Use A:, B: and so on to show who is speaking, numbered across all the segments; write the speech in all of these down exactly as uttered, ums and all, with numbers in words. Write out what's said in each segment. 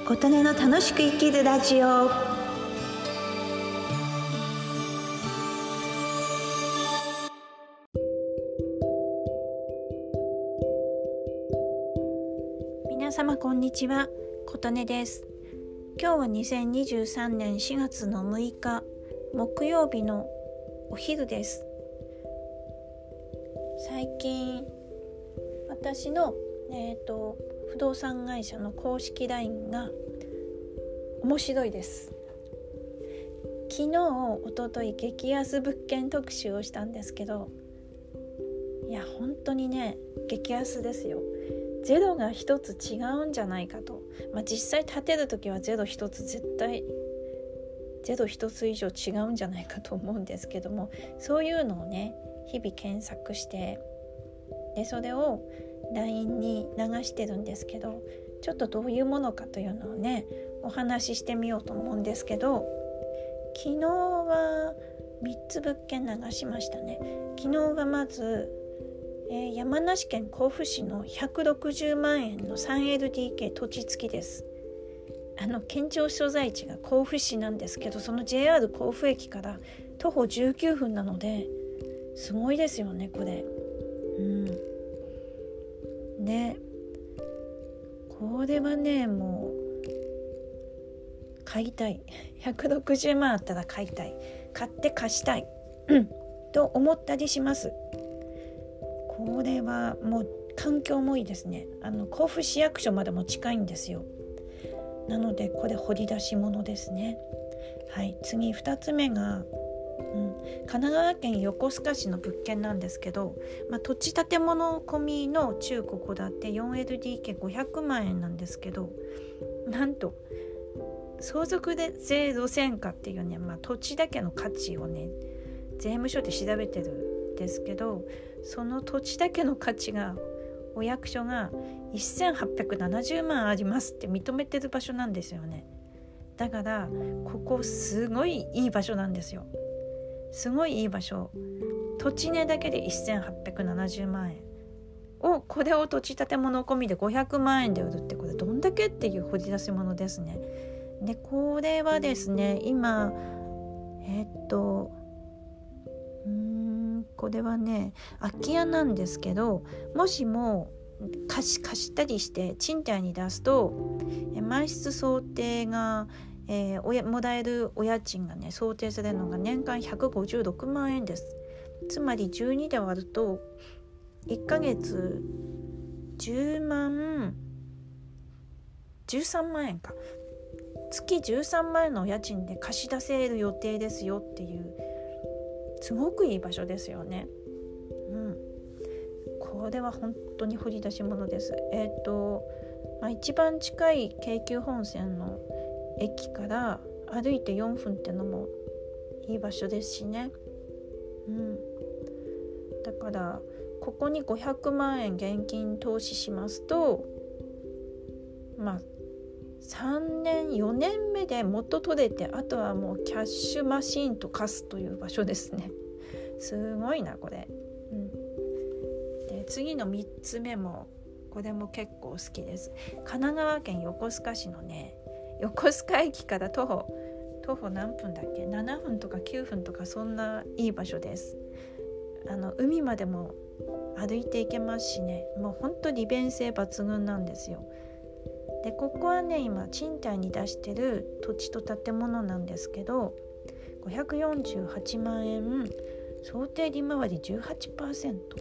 A: 琴音の楽しく生きるラジオ。皆様こんにちは、琴音です。今日はにせんにじゅうさんねんしがつのむいか木曜日のお昼です。最近私の、えーと、不動産会社の公式 ライン が面白いです。昨日、おととい激安物件特集をしたんですけど、いや本当にね激安ですよ。ゼロが一つ違うんじゃないかと、まあ、実際建てるときはゼロ一つ絶対ゼロ一つ以上違うんじゃないかと思うんですけども、そういうのをね日々検索して、でそれを ライン に流してるんですけど、ちょっとどういうものかというのをねお話ししてみようと思うんですけど、昨日はみっつ物件流しましたね。昨日はまず、えー、山梨県甲府市のひゃくろくじゅうまんえんの スリーエルディーケー 土地付きです。あの県庁所在地が甲府市なんですけど、その ジェイアール 甲府駅から徒歩じゅうきゅうふんなのですごいですよねこれ。うんでこれはねもう買いたいひゃくろくじゅうまんあったら買いたい、買って貸したいと思ったりします。これはもう環境もいいですね。あの甲府市役所までも近いんですよ。なのでこれ掘り出し物ですね。はい、次ふたつめが、うん、神奈川県横須賀市の物件なんですけど、まあ、土地建物込みの中古戸建て よんエルディーケーごひゃくまんえんなんですけど、なんと相続で税路線価っていうね、まあ、土地だけの価値をね税務署で調べてるんですけど、その土地だけの価値がお役所がせんはっぴゃくななじゅうまんありますって認めてる場所なんですよね。だからここすごいいい場所なんですよ。すごいいい場所。土地値だけでせんはっぴゃくななじゅうまんえんを、これを土地建物込みでごひゃくまんえんで売るって、これどんだけっていう掘り出し物ですね。でこれはですね今えー、っとうーんこれはね空き家なんですけど、もしも貸し、貸したりして賃貸に出すと満室想定が、えー、おやもらえるお家賃がね想定されるのが年間ひゃくごじゅうろくまんえんです。つまりじゅうにで割るといっかげつじゅうまんじゅうさんまんえんか、月じゅうさんまんえんのお家賃で貸し出せる予定ですよっていう、すごくいい場所ですよね。うん、これは本当に掘り出し物です。えっと、まあ、一番近い京急本線の駅から歩いてよんぷんってのもいい場所ですしね。うん、だからここにごひゃくまんえん現金投資しますと、まあさんねんよねんめで元取れて、あとはもうキャッシュマシーンと貸すという場所ですね。すごいなこれ、うん、で次のみっつめもこれも結構好きです。神奈川県横須賀市のね横須賀駅から徒歩徒歩何分だっけ、ななふんとかきゅうふんとか、そんないい場所です。あの海までも歩いていけますしね、もう本当利便性抜群なんですよ。でここはね今賃貸に出してる土地と建物なんですけど、ごひゃくよんじゅうはちまんえん、想定利回り じゅうはちパーセント、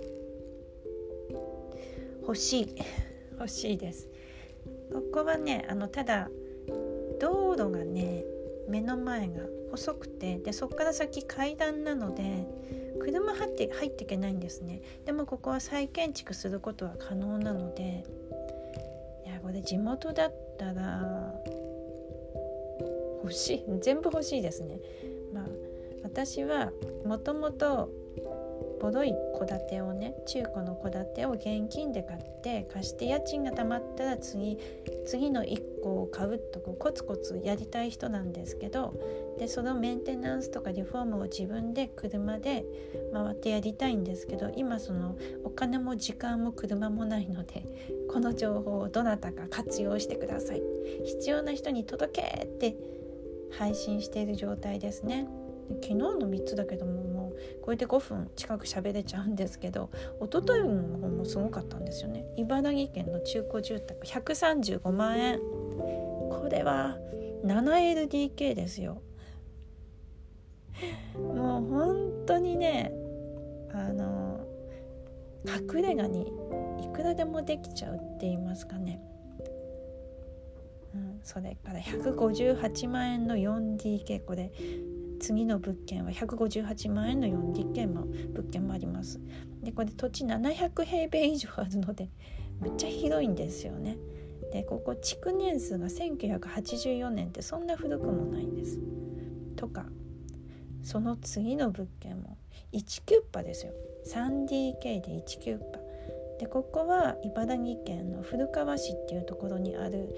A: 欲しい欲しいです。ここはねあのただ道路がね目の前が細くて、でそこから先階段なので車入って入っていけないんですね。でもここは再建築することは可能なので、いやこれ地元だったら欲しい、全部欲しいですね。まあ私はもともとボロい戸建てをね、中古の戸建てを現金で買って貸して家賃が貯まったら次次のいっこを買うとこうコツコツやりたい人なんですけど、でそのメンテナンスとかリフォームを自分で車で回ってやりたいんですけど、今そのお金も時間も車もないので、この情報をどなたか活用してください。必要な人に届けって配信している状態ですね。昨日のみっつだけども、もうこれでごふん近く喋れちゃうんですけど、一昨日の方もすごかったんですよね。茨城県の中古住宅ひゃくさんじゅうごまんえん、これは ななエルディーケー ですよ。もう本当にね、あの隠れ家にいくらでもできちゃうって言いますかね、うん、それからひゃくごじゅうはちまんえんの よんディーケー、 これ次の物件はひゃくごじゅうはちまんえんの よんディーケー も物件もあります。でこれ土地ななひゃくへいべい以上あるのでめっちゃ広いんですよね。でここ築年数がせんきゅうひゃくはちじゅうよねんってそんな古くもないんですとか、その次の物件もいちキュッパですよ。 さんディーケー でいちキュッパで、ここは茨城県の古川市っていうところにある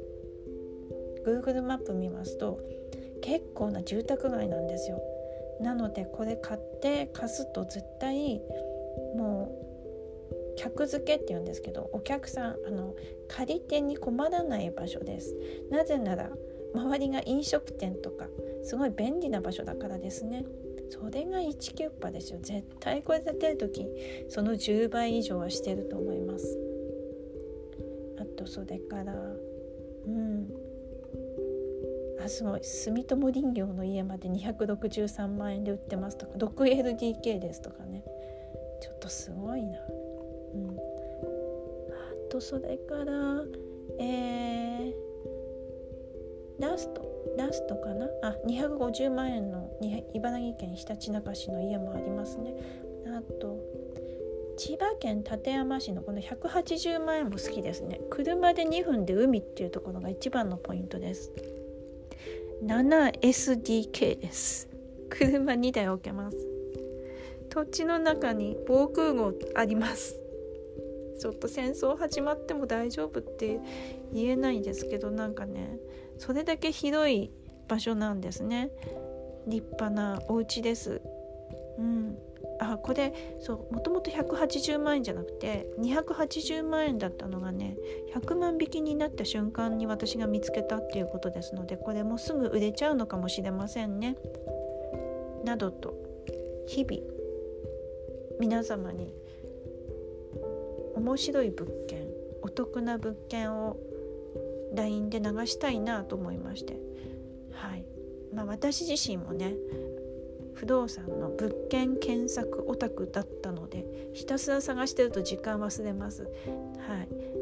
A: Google マップ見ますと結構な住宅街なんですよ。なのでこれ買って貸すと絶対もう客付けって言うんですけど、お客さんあの借り手に困らない場所です。なぜなら周りが飲食店とかすごい便利な場所だからですね。それがいちキュッパですよ。絶対これ建てるときそのじゅうばい以上はしてると思います。あとそれからうんあすごい住友林業の家までにひゃくろくじゅうさんまんえんで売ってますとか ろくエルディーケー ですとかね、ちょっとすごいな、うん、あとそれからえー、ラストラストかなあにひゃくごじゅうまんえんの茨城県ひたちなか市の家もありますね。あと千葉県館山市のこのひゃくはちじゅうまんえんも好きですね。車でにふんで海っていうところが一番のポイントです。 ななエスディーケー です。車にだい置けます。土地の中に防空壕あります。ちょっと戦争始まっても大丈夫って言えないんですけど、なんかねそれだけ広い場所なんですね。立派なお家です。うん。あ、これそうもともとひゃくはちじゅうまんえんじゃなくてにひゃくはちじゅうまんえんだったのがねひゃくまん引きになった瞬間に私が見つけたっていうことですので、これもすぐ売れちゃうのかもしれませんね。などと日々皆様に面白い物件、お得な物件を ライン で流したいなと思いまして、はい、まあ私自身もね不動産の物件検索オタクだったのでひたすら探してると時間忘れます。はい、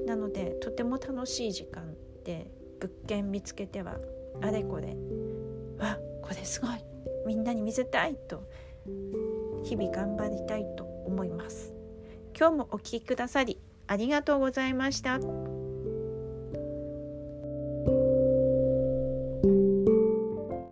A: なのでとても楽しい時間で物件見つけてはあれこれわこれすごいみんなに見せたいと日々頑張りたいと思います。今日もお聞きくださりありがとうございました。